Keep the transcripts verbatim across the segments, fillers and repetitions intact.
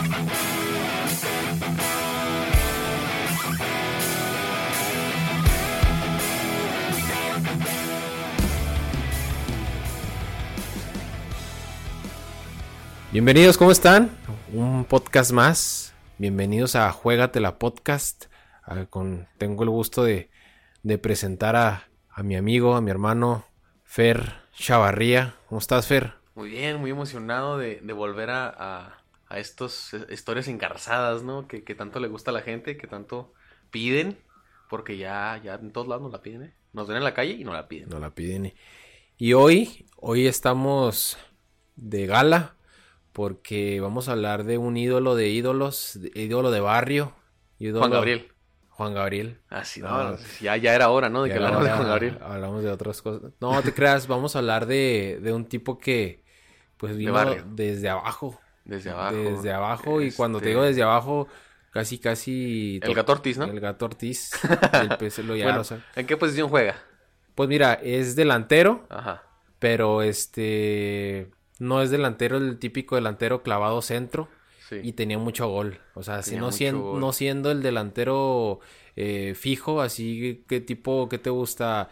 Bienvenidos, ¿cómo están? Un podcast más. Bienvenidos a Juégatela Podcast. A, con, tengo el gusto de, de presentar a, a mi amigo, a mi hermano Fer Chavarría. ¿Cómo estás, Fer? Muy bien, muy emocionado de, de volver a, a, a estas historias engarzadas, ¿no? Que, que tanto le gusta a la gente, que tanto piden, porque ya, ya en todos lados nos la piden, ¿eh? Nos ven en la calle y nos la piden. Nos la piden. Y hoy, hoy estamos de gala, porque vamos a hablar de un ídolo de ídolos, de, ídolo de barrio. Ídolo, Juan Gabriel. Juan Gabriel. Ah, sí, no, no ya, ya era hora, ¿no? De que habláramos de Juan Gabriel. Hablamos de otras cosas. No te creas, vamos a hablar de, de un tipo que pues vino de desde abajo. Desde abajo. Desde abajo, este... y cuando te digo desde abajo, casi, casi... El Gato Ortiz, ¿no? El Gato Ortiz. El P C lo ya, bueno, o sea. ¿en qué posición juega? Pues mira, es delantero. Ajá. Pero este... no es delantero, el típico delantero clavado centro. Sí. Y tenía mucho gol. O sea, si no, siendo, no siendo el delantero eh, fijo, así que tipo, ¿qué te gusta?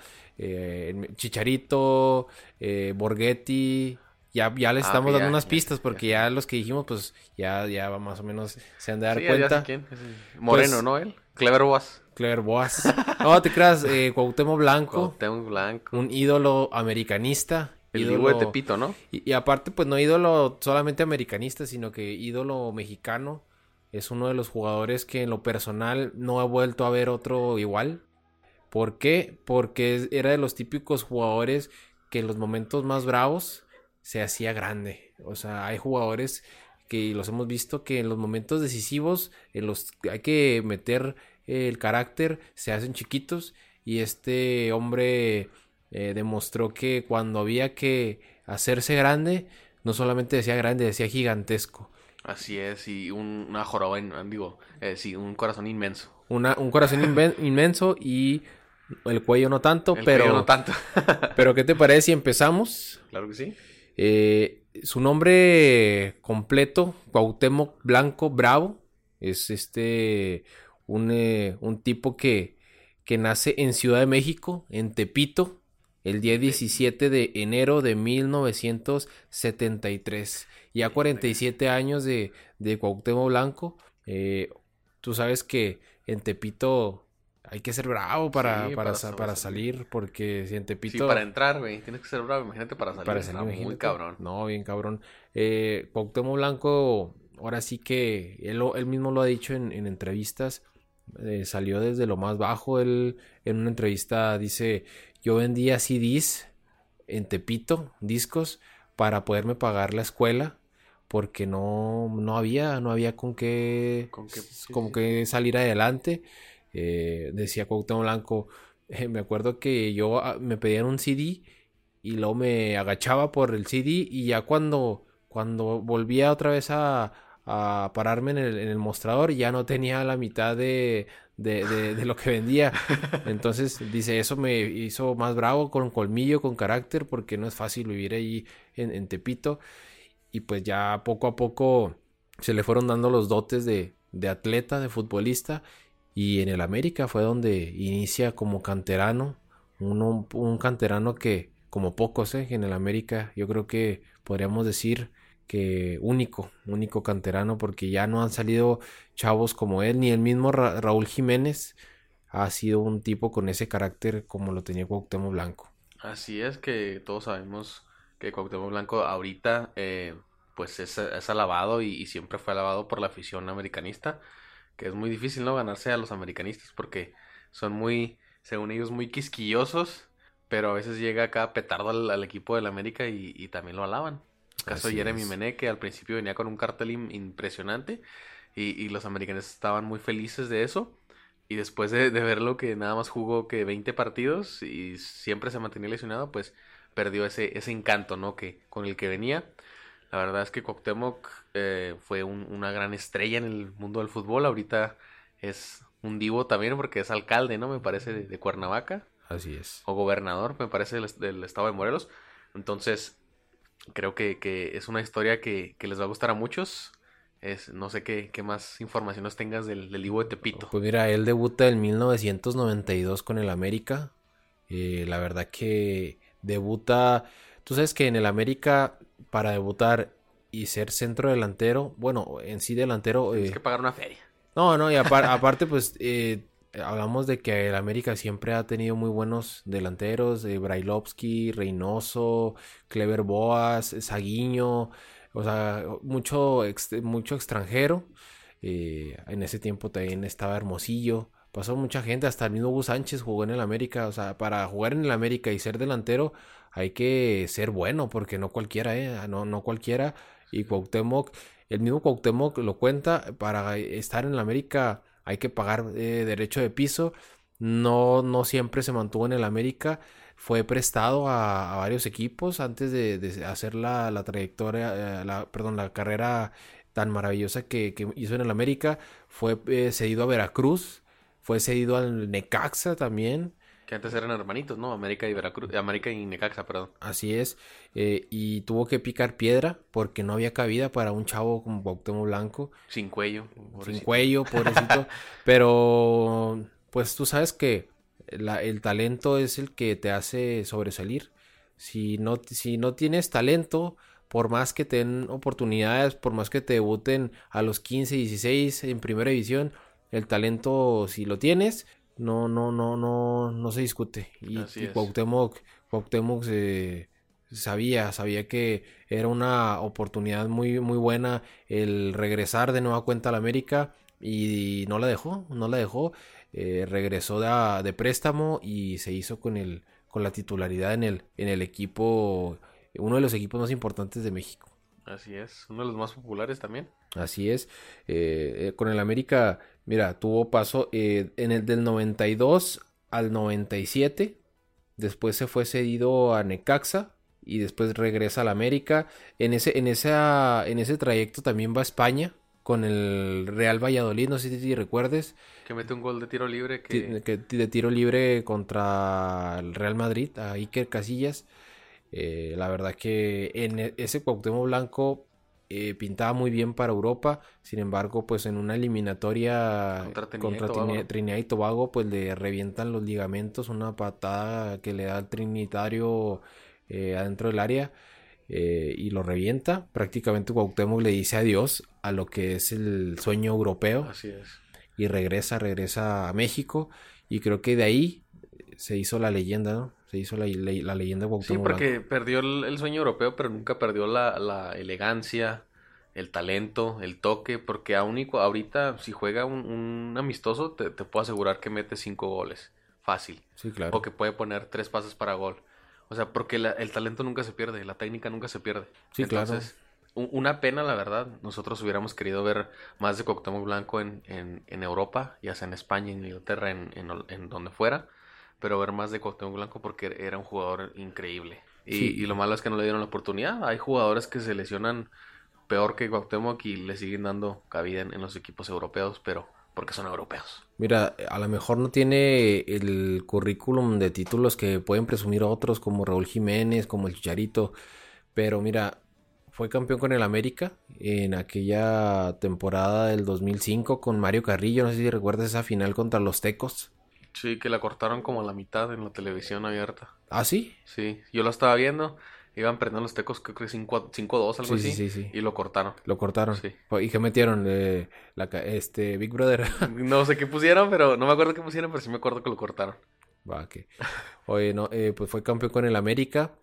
Eh, Chicharito, eh, Borghetti. Ya, ya le estamos ah, dando ya, unas pistas ya, porque ya, ya los que dijimos, pues ya, ya más o menos se han de dar sí, cuenta. Ya sé quién. Moreno, pues, ¿no? Él. Clever Boas. Clever Boas. No, te creas, eh, Cuauhtémoc Blanco. Cuauhtémoc Blanco. Un ídolo americanista. El ídolo de Tepito, ¿no? Y, y aparte, pues no ídolo solamente americanista, sino que ídolo mexicano. Es uno de los jugadores que en lo personal no he vuelto a ver otro igual. ¿Por qué? Porque era de los típicos jugadores que en los momentos más bravos se hacía grande. O sea, hay jugadores que los hemos visto que en los momentos decisivos, en los hay que meter el carácter, se hacen chiquitos. Y este hombre... Eh, demostró que cuando había que hacerse grande, no solamente decía grande, decía gigantesco. Así es, y un, una joroba, digo, eh, sí, un corazón inmenso. Una, un corazón inven- inmenso y el cuello no tanto, el pero... cuello no tanto. Pero ¿qué te parece si empezamos? Claro que sí. Eh, su nombre completo, Cuauhtémoc Blanco Bravo, es este, un, eh, un tipo que, que nace en Ciudad de México, en Tepito, el día diecisiete de enero de mil novecientos setenta y tres. Ya cuarenta y siete años de, de Cuauhtémoc Blanco. Eh, tú sabes que en Tepito hay que ser bravo para, sí, para, para, para salir, porque si en Tepito... Sí, para entrar, güey, tienes que ser bravo, imagínate para salir. Para salir, no, imagínate. Muy cabrón. No, bien cabrón. Eh, Cuauhtémoc Blanco, ahora sí que él, él mismo lo ha dicho en, en entrevistas, eh, salió desde lo más bajo. Él en una entrevista dice... Yo vendía C Ds en Tepito, discos, para poderme pagar la escuela, porque no, no había, no había con qué, con qué, sí, con sí. qué salir adelante. Eh, decía Cuauhtémoc Blanco, eh, me acuerdo que yo me pedían un C D y luego me agachaba por el C D y ya cuando, cuando volvía otra vez a, a pararme en el, en el mostrador ya no tenía la mitad de... De, de, de lo que vendía. Entonces dice, eso me hizo más bravo, con colmillo, con carácter, porque no es fácil vivir ahí en, en Tepito. Y pues ya poco a poco se le fueron dando los dotes de, de atleta, de futbolista. Y en el América fue donde inicia como canterano, uno, un canterano que como pocos, ¿eh? En el América yo creo que podríamos decir que único, único canterano, porque ya no han salido chavos como él, ni el mismo Ra- Raúl Jiménez ha sido un tipo con ese carácter como lo tenía Cuauhtémoc Blanco. Así es, que todos sabemos que Cuauhtémoc Blanco ahorita eh, pues es, es alabado y, y siempre fue alabado por la afición americanista, que es muy difícil, ¿no? Ganarse a los americanistas porque son muy, según ellos, muy quisquillosos, pero a veces llega acá petardo al, al equipo del América y, y también lo alaban. El caso de Jeremy Menez, que al principio venía con un cartel impresionante y, y los americanos estaban muy felices de eso. Y después de, de verlo que nada más jugó que veinte partidos y siempre se mantenía lesionado, pues perdió ese, ese encanto, ¿no? Que, con el que venía. La verdad es que Cuauhtémoc eh, fue un, una gran estrella en el mundo del fútbol. Ahorita es un divo también porque es alcalde, ¿no? Me parece de, de Cuernavaca. Así es. O gobernador, me parece, del, del estado de Morelos. Entonces... Creo que, que es una historia que, que les va a gustar a muchos. Es, no sé qué, qué más informaciones tengas del, del Ivo de Tepito. Pues mira, él debuta en mil novecientos noventa y dos con el América. Eh, la verdad que debuta... Tú sabes que en el América, para debutar y ser centro delantero, bueno, en sí delantero... Tienes Eh, que pagar una feria. no, no, y apar- aparte pues eh, hablamos de que el América siempre ha tenido muy buenos delanteros, eh, Brailovsky, Reynoso, Clever Boas, Saguiño, o sea, mucho, ex- mucho extranjero. Eh, en ese tiempo también estaba Hermosillo. Pasó mucha gente, hasta el mismo Gus Sánchez jugó en el América. O sea, para jugar en el América y ser delantero hay que ser bueno, porque no cualquiera, ¿eh? No, no cualquiera. Y Cuauhtémoc, el mismo Cuauhtémoc lo cuenta, para estar en el América hay que pagar eh, derecho de piso. No, no siempre se mantuvo en el América. Fue prestado a, a varios equipos antes de, de hacer la, la trayectoria, eh, la, perdón, la carrera tan maravillosa que, que hizo en el América. Fue eh, cedido a Veracruz, fue cedido al Necaxa también. Que antes eran hermanitos, ¿no? América y Veracruz. América y Necaxa, perdón. Así es. Eh, y tuvo que picar piedra porque no había cabida para un chavo como Cuauhtémoc Blanco. Sin cuello. Sin Pobrecito. cuello, pobrecito. Pero, pues tú sabes que la- el talento es el que te hace sobresalir. Si no, si no tienes talento, por más que te den oportunidades, por más que te debuten a los quince, dieciséis en primera división, el talento, si lo tienes, no, no, no, no, no se discute. Y, Así y es. Cuauhtémoc, Cuauhtémoc se- sabía, sabía que era una oportunidad muy, muy buena el regresar de nueva cuenta a la América, y no la dejó, no la dejó. Eh, regresó de, de préstamo y se hizo con el, con la titularidad en el, en el equipo, uno de los equipos más importantes de México. Así es. Uno de los más populares también. Así es. Eh, eh, con el América, mira, tuvo paso eh, en el del noventa y dos al noventa y siete. Después se fue cedido a Necaxa y después regresa al América. En ese, en esa, en ese trayecto también va a España con el Real Valladolid. No sé si te recuerdes. Que mete un gol de tiro libre Ti- que... que de tiro libre contra el Real Madrid, a Iker Casillas. Eh, la verdad que en e- ese Cuauhtémoc Blanco eh, pintaba muy bien para Europa. Sin embargo, pues en una eliminatoria Contra Trinidad y contra Tobago, Trini- ¿no? Trinidad y Tobago, pues le revientan los ligamentos, una patada que le da al trinitario eh, adentro del área, eh, y lo revienta. Prácticamente Cuauhtémoc le dice adiós a lo que es el sueño europeo Así es. y regresa, regresa a México, y creo que de ahí se hizo la leyenda, ¿no? Se hizo la, la- la leyenda de Sí, Cuauhtémoc porque Blanco. perdió el, el sueño europeo, pero nunca perdió la, la elegancia, el talento, el toque, porque aún y cu- ahorita si juega un, un amistoso, te, te puedo asegurar que mete cinco goles, fácil, Sí, o claro. que puede poner tres pases para gol. O sea, porque la- el talento nunca se pierde, la técnica nunca se pierde. Sí, claro. Entonces, u- una pena, la verdad. Nosotros hubiéramos querido ver más de Cuauhtémoc Blanco en, en, en Europa, ya sea en España, en Inglaterra, en, en, en donde fuera, pero ver más de Cuauhtémoc Blanco porque era un jugador increíble. Y, y lo Sí, malo es que no le dieron la oportunidad. Hay jugadores que se lesionan peor que Cuauhtémoc y le siguen dando cabida en, en los equipos europeos, pero porque son europeos. mira, a lo mejor no tiene el currículum de títulos que pueden presumir otros como Raúl Jiménez, como el Chicharito, pero mira, fue campeón con el América en aquella temporada del dos mil cinco con Mario Carrillo. No sé si recuerdas esa final contra los Tecos. Sí, que la cortaron como a la mitad en la televisión abierta. ¿Ah, sí? Sí, yo lo estaba viendo. Iban perdiendo los Tecos, creo que cinco a dos, algo Sí, sí, así. sí, sí. Y lo cortaron. Lo cortaron. Sí. ¿Y qué metieron? Eh, la, ca- este, Big Brother. No sé qué pusieron, pero no me acuerdo qué pusieron, pero sí me acuerdo que lo cortaron. Va, que. Oye, no, eh, pues fue campeón con el América.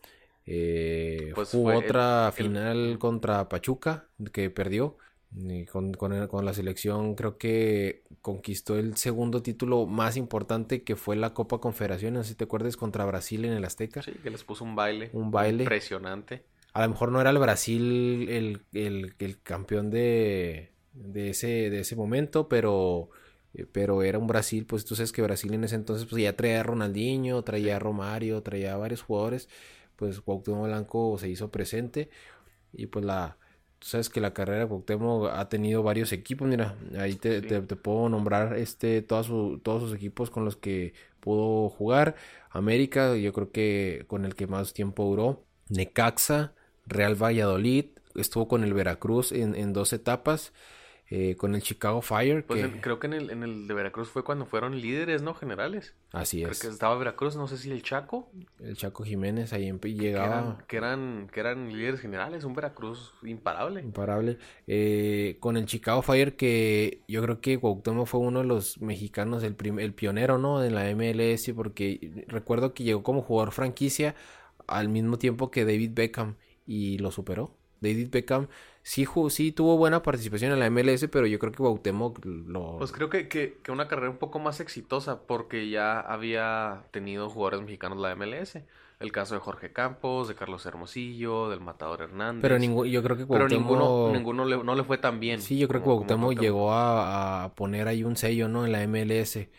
Eh, Pues jugó fue el, otra el- final contra Pachuca, que perdió. Y con, con, el- con la selección creo que conquistó el segundo título más importante, que fue la Copa Confederaciones. No sé si te acuerdas, contra Brasil en el Azteca. Sí, que les puso un baile. Un baile. Impresionante. A lo mejor no era el Brasil el, el, el campeón de, de, ese, de ese momento, pero, eh, pero era un Brasil, pues tú sabes que Brasil en ese entonces pues ya traía a Ronaldinho, traía a Romario, traía a varios jugadores. Pues Cuauhtémoc Blanco se hizo presente, y pues la... Tú sabes que la carrera de Cuauhtémoc ha tenido varios equipos. Mira, ahí te, Sí. te, te puedo nombrar este, todos, su, todos sus equipos con los que pudo jugar. América, yo creo que con el que más tiempo duró. Necaxa, Real Valladolid, estuvo con el Veracruz en, en dos etapas, eh, con el Chicago Fire. Pues que... en- creo que en el, en el de Veracruz fue cuando fueron líderes, ¿no? Generales. Así Creo es. que estaba Veracruz, no sé si el Chaco. El Chaco Jiménez ahí en, Que llegaba... eran, que eran, que eran líderes generales, un Veracruz imparable. Imparable. Eh, con el Chicago Fire, que yo creo que Cuauhtémoc fue uno de los mexicanos, el, prim- el pionero, ¿no? En la M L S, porque recuerdo que llegó como jugador franquicia al mismo tiempo que David Beckham y lo superó. David Beckham sí, ju- sí tuvo buena participación en la M L S, pero yo creo que Cuauhtémoc lo... Pues creo que, que, que una carrera un poco más exitosa porque ya había tenido jugadores mexicanos la M L S. El caso de Jorge Campos, de Carlos Hermosillo, del Matador Hernández. Pero ningún, yo creo que Pero ninguno, Cuauhtémoc... ninguno le- no le fue tan bien. Sí, yo creo que como, como Cuauhtémoc Cuauhtémoc. llegó a, a poner ahí un sello, ¿no? En la M L S.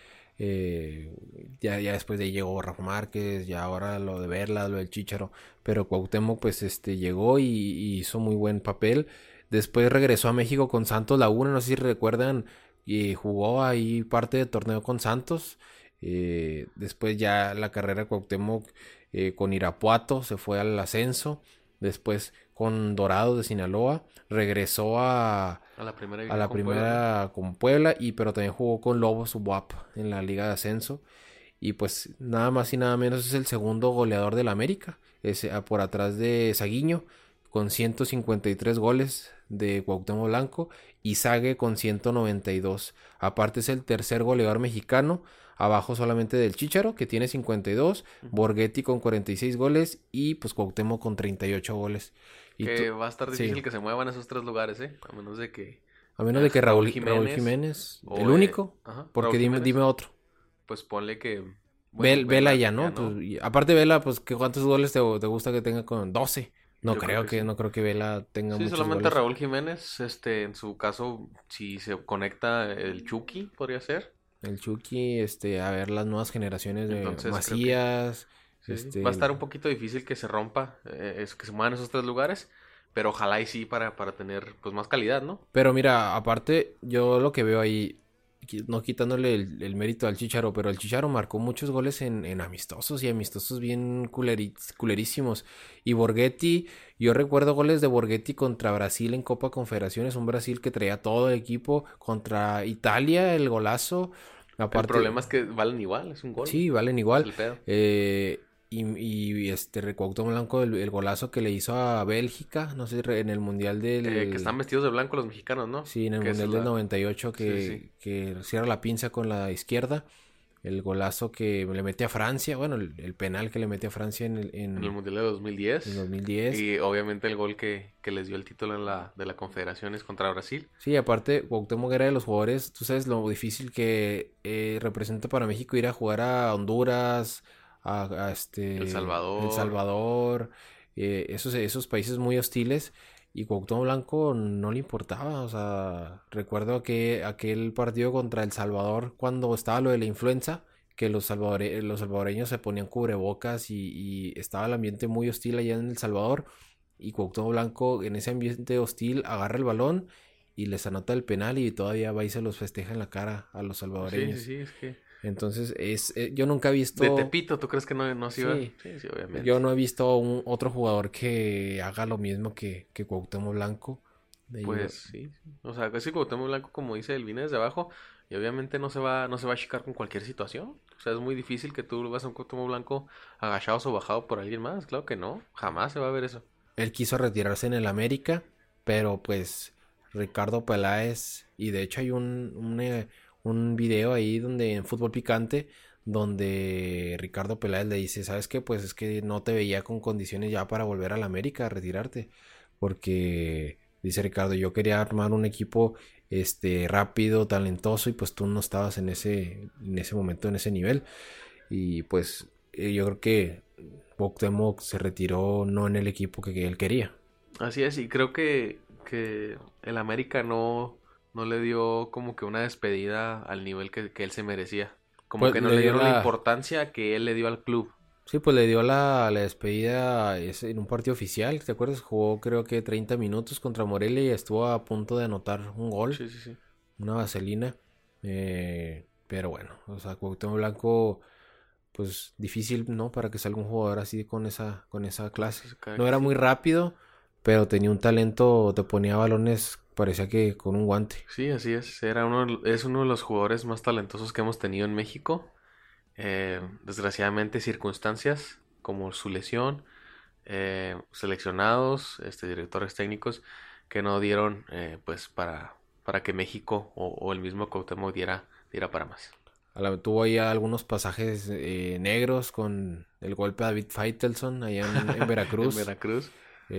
Eh, ya, ya después de ahí llegó Rafa Márquez, ya ahora lo de Verla, lo del Chícharo. Pero Cuauhtémoc, pues, este, llegó y, y hizo muy buen papel. Después regresó a México con Santos Laguna, no sé si recuerdan, y jugó ahí parte del torneo con Santos. Eh, después ya la carrera de Cuauhtémoc eh, con Irapuato se fue al ascenso. Después con Dorados de Sinaloa regresó a, A la primera, a la con primera Puebla. con Puebla, y pero también jugó con Lobos U A P en la Liga de Ascenso. Y pues nada más y nada menos es el segundo goleador del América, es, a- por atrás de Saguiño con ciento cincuenta y tres goles de Cuauhtémoc Blanco, y Sague con ciento noventa y dos. Aparte es el tercer goleador mexicano, abajo solamente del Chícharo, que tiene cincuenta y dos, Ujú. Borghetti con cuarenta y seis goles y pues Cuauhtémoc con treinta y ocho goles. Y Que tú- va a estar sí, difícil que se muevan esos tres lugares, ¿eh? A menos de que a menos eh, de que Raúl Raúl, Raúl Jiménez Jiménez, o... el eh, único, ajá, porque Raúl dime, Jiménez, dime otro. pues ponle que... Vel- Bueno, Vela Vela ya, ya ¿no? no. Pues, y aparte Vela, pues, ¿qué ¿cuántos goles te, te gusta que tenga con doce? No Yo creo creo que que, sí. no creo que Vela tenga Sí, muchos solamente goles. Raúl Jiménez, este, en su caso, si se conecta el Chucky, podría ser. El Chucky, este, a ver las nuevas generaciones de Entonces creo que Macías, sí, este, va a estar un poquito difícil que se rompa, eh, es, que se muevan esos tres lugares, pero ojalá y sí para, para tener pues más calidad, ¿no? pero mira, aparte, yo lo que veo ahí, qui- no quitándole el, el mérito al Chicharo, pero el Chicharo marcó muchos goles en, en amistosos y amistosos bien culeri- culerísimos. Y Borghetti, yo recuerdo goles de Borghetti contra Brasil en Copa Confederaciones, un Brasil que traía todo el equipo, contra Italia, el golazo. El Aparte, problema es que valen igual, es un gol, sí, valen es igual. el pedo. Eh, y, y este Cuauhtémoc Blanco, el, el golazo que le hizo a Bélgica, no sé, re- en el Mundial Eh, que del... están vestidos de blanco los mexicanos, ¿no? Sí, en el Que esa Mundial es del la- noventa y ocho que, Sí, sí. que cierra la pinza con la izquierda. El golazo que le mete a Francia, bueno, el, el penal que le mete a Francia en el, en, En el Mundial de dos mil diez. en dos mil diez. Y obviamente el gol que, que les dio el título en la, de la Confederaciones contra Brasil. Sí, aparte, Cuauhtémoc era de los jugadores, tú sabes lo difícil que eh, representa para México ir a jugar a Honduras, a, a este... El Salvador. El Salvador, eh, esos, esos países muy hostiles, y Cuauhtémoc Blanco no le importaba, o sea, recuerdo que aquel partido contra El Salvador cuando estaba lo de la influenza, que los, salvadore- los salvadoreños se ponían cubrebocas y, y estaba el ambiente muy hostil allá en El Salvador, y Cuauhtémoc Blanco en ese ambiente hostil agarra el balón y les anota el penal y todavía va y se los festeja en la cara a los Sí, salvadoreños. sí, sí, es que... Entonces, es, eh, yo nunca he visto... De Tepito, ¿tú crees que no, no se iba? Sí. Sí, sí, obviamente. Yo no he visto un, otro jugador que haga lo mismo que, que Cuauhtémoc Blanco. De Pues sí, sí. O sea, casi Cuauhtémoc Blanco, como dice él, viene desde abajo y obviamente no se va, no se va a achicar con cualquier situación. O sea, es muy difícil que tú vas a un Cuauhtémoc Blanco agachado o bajado por alguien más. Claro que no, jamás se va a ver eso. Él quiso retirarse en el América, pero pues Ricardo Peláez, y de hecho hay un, un, eh, un video ahí donde en Fútbol Picante, donde Ricardo Peláez le dice, ¿sabes qué? Pues es que no te veía con condiciones ya para volver al América a retirarte, porque dice Ricardo, yo quería armar un equipo este rápido, talentoso, y pues tú no estabas en ese, en ese momento, en ese nivel, y pues eh, yo creo que Cuauhtémoc se retiró no en el equipo que, que él quería. Así es, y creo que, que el América no, no le dio como que una despedida al nivel que, que él se merecía. Como Pues que no le le dio dieron la la- importancia que él le dio al club. Sí, pues le dio la, la despedida es- en un partido oficial, ¿te acuerdas? Jugó creo que treinta minutos contra Morelia y estuvo a punto de anotar un gol, Sí, sí, sí. una vaselina. Eh, pero bueno, o sea, Cuauhtémoc Blanco, pues difícil, ¿no? Para que salga un jugador así con esa, con esa clase. Esa No era muy característica. rápido, pero tenía un talento, te ponía balones, parecía que con un guante. Sí, así es. Era uno, es uno de los jugadores más talentosos que hemos tenido en México. Eh, desgraciadamente, circunstancias como su lesión, eh, seleccionados, este, directores técnicos que no dieron, eh, pues para, para que México o, o el mismo Cuauhtémoc diera, diera para más. A la- tuvo ahí algunos pasajes eh, negros con el golpe a David Faitelson allá en, en En Veracruz. Veracruz.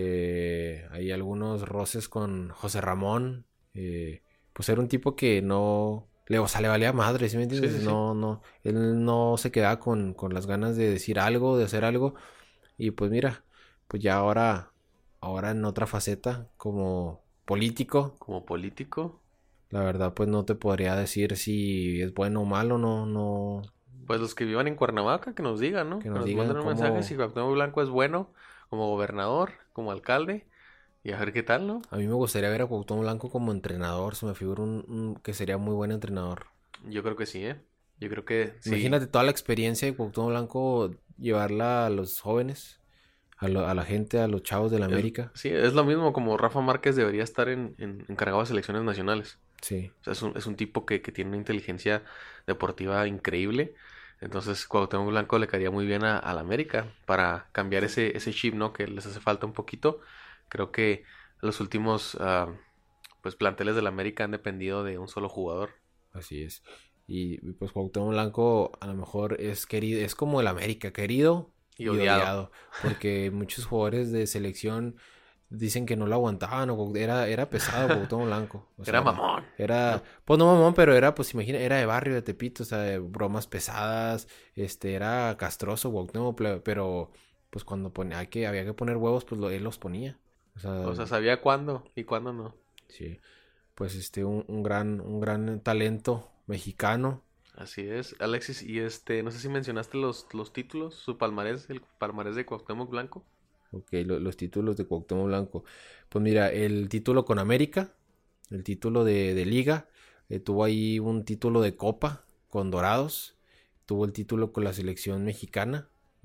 Eh, hay algunos roces con José Ramón. eh, pues era un tipo que no... Le, o sea, le valía madre, ¿sí me Sí, entiendes? sí, sí. No, no, él no se quedaba con, con las ganas de decir algo, de hacer algo. Y pues mira, pues ya ahora, ahora en otra faceta como político, Como político, la verdad pues no te podría decir si es bueno o malo, no, no, pues los que vivan en Cuernavaca, que nos digan, ¿no? que Que nos nos digan manden un mensaje cómo... si Cuauhtémoc Blanco es bueno como gobernador, como alcalde, y a ver qué tal, ¿no? A mí me gustaría ver a Cuauhtémoc Blanco como entrenador, se me figura un, un- que sería muy buen entrenador. Yo creo que sí, ¿eh? Yo creo que sí. Imagínate toda la experiencia de Cuauhtémoc Blanco, llevarla a los jóvenes, a, lo- a la gente, a los chavos de la Es, América. sí, es lo mismo como Rafa Márquez debería estar en, en- encargado de selecciones nacionales. Sí, O sea, es un, es un tipo que, que tiene una inteligencia deportiva increíble. Entonces, Cuauhtémoc Blanco le caería muy bien a, a la América para cambiar ese, ese chip, ¿no? Que les hace falta un poquito. Creo que los últimos ah, pues planteles de la América han dependido de un solo jugador. así es. Y pues Cuauhtémoc Blanco a lo mejor es querido, es como el América, querido Y y odiado. odiado, porque muchos jugadores de selección dicen que no lo aguantaban, o Cuau- era, era pesado Cuauhtémoc Blanco, o sea, Era era, mamón, era, ¿no? pues no mamón, pero era, pues imagina, era de barrio de Tepito, o sea, de bromas pesadas, este, era castroso Cuauhtémoc, ple- pero pues cuando ponía que había que poner huevos, pues lo- él los ponía, o sea, O sea, sabía cuándo y cuándo no. sí, pues este, un, un gran, un gran talento mexicano. Así es, Alexis, y este, no sé si mencionaste los, los títulos, su palmarés, el palmarés de Cuauhtémoc Blanco. Ok, lo- los títulos de Cuauhtémoc Blanco. Pues mira, el título con América, el título de, de Liga, eh, tuvo ahí un título de Copa con Dorados, tuvo el título con la selección mexicana,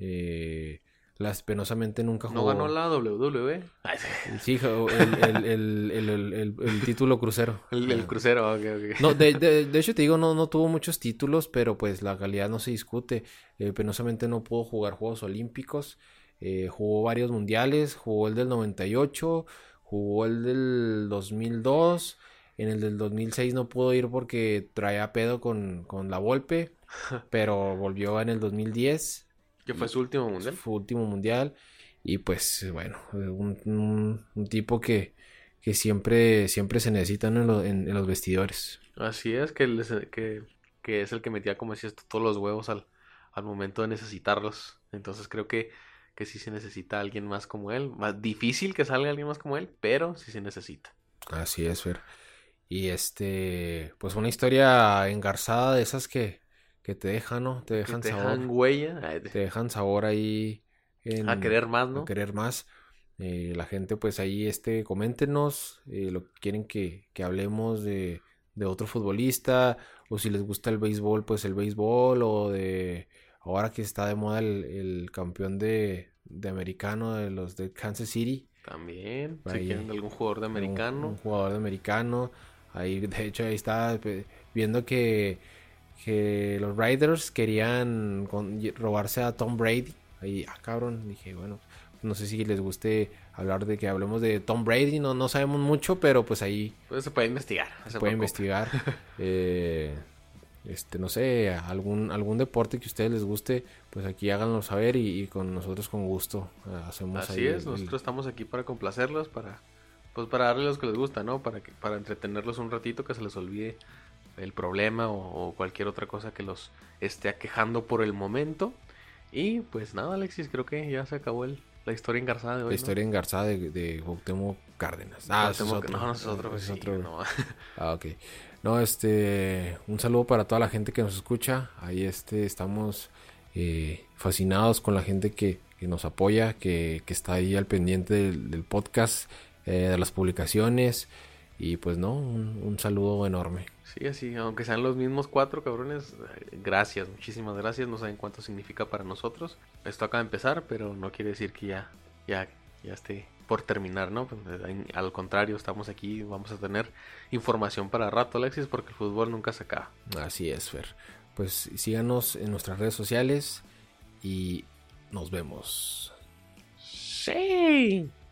eh, las penosamente nunca No ganó jugó. la W W E. Ay, sí. Sí, jo- el, el, el, el, el, el- el título crucero. El, el crucero, ok, ok. No, de, de, de hecho te digo, no, no tuvo muchos títulos, pero pues la calidad no se discute. Eh, penosamente no pudo jugar Juegos Olímpicos. Eh, jugó varios mundiales, jugó el del noventa y ocho, jugó el del dos mil dos. En el del dos mil seis no pudo ir porque traía pedo con, con la Volpe, pero volvió en el dos mil diez. Que fue Y su último mundial. su último mundial. Y pues bueno, un, un- un tipo que, que siempre, siempre se necesitan en, lo- en- en los vestidores. Así es, que, les- que, que es el que metía, como decías, tú, todos los huevos al, al momento de necesitarlos. Entonces creo que, que sí se necesita alguien más como él. Más difícil que salga alguien más como él, pero sí se necesita. Así es, Fer. Y este, pues una historia engarzada de esas que, que te dejan, ¿no? Te Que dejan te dejan sabor, huella. Ay, te te- dejan sabor ahí a en, querer más, a ¿no? querer más. Eh, la gente, pues ahí, este, coméntenos eh, lo que quieren que, que hablemos de, de otro futbolista, o si les gusta el béisbol, pues el béisbol, o de ahora que está de moda el, el campeón de, de americano de los de Kansas City. También, si Ahí, quieren de algún jugador de un, americano. un jugador de americano. Ahí, de hecho, ahí está pe- viendo que, que los Raiders querían con- robarse a Tom Brady. Ahí, ah, cabrón, dije, bueno, no sé si les guste hablar de que hablemos de Tom Brady, no, no sabemos mucho, pero pues ahí Pues se puede investigar. No se se puede preocupe. investigar. Eh, este, no sé, algún, algún deporte que a ustedes les guste, pues aquí háganlo saber y, y con nosotros con gusto eh, hacemos Así ahí es, el- el- nosotros estamos aquí para complacerlos, para pues para darles lo que les gusta, ¿no? Para que para entretenerlos un ratito, que se les olvide el problema o, o cualquier otra cosa que los esté aquejando por el momento. Y pues nada, Alexis, creo que ya se acabó el, la historia engarzada de hoy, la historia engarzada de, de Cuauhtémoc Cárdenas. Ah, ¿no? ese es Cuauhtémoc- otro. No, no, ese es otro, Ese es sí, otro. no. Ah, ok. No, este, un saludo para toda la gente que nos escucha. Ahí este, estamos eh, fascinados con la gente que, que nos apoya, que, que está ahí al pendiente del, del podcast, eh, de las publicaciones. Y pues no, un, un saludo enorme. Sí, así, aunque sean los mismos cuatro cabrones, eh, gracias, muchísimas gracias, no saben cuánto significa para nosotros. Esto acaba de empezar, pero no quiere decir que ya, ya, ya esté por terminar, ¿no? Pues, al contrario, estamos aquí, vamos a tener información para rato, Alexis, porque el fútbol nunca se acaba. Así es, Fer. Pues síganos en nuestras redes sociales y nos vemos. Sí.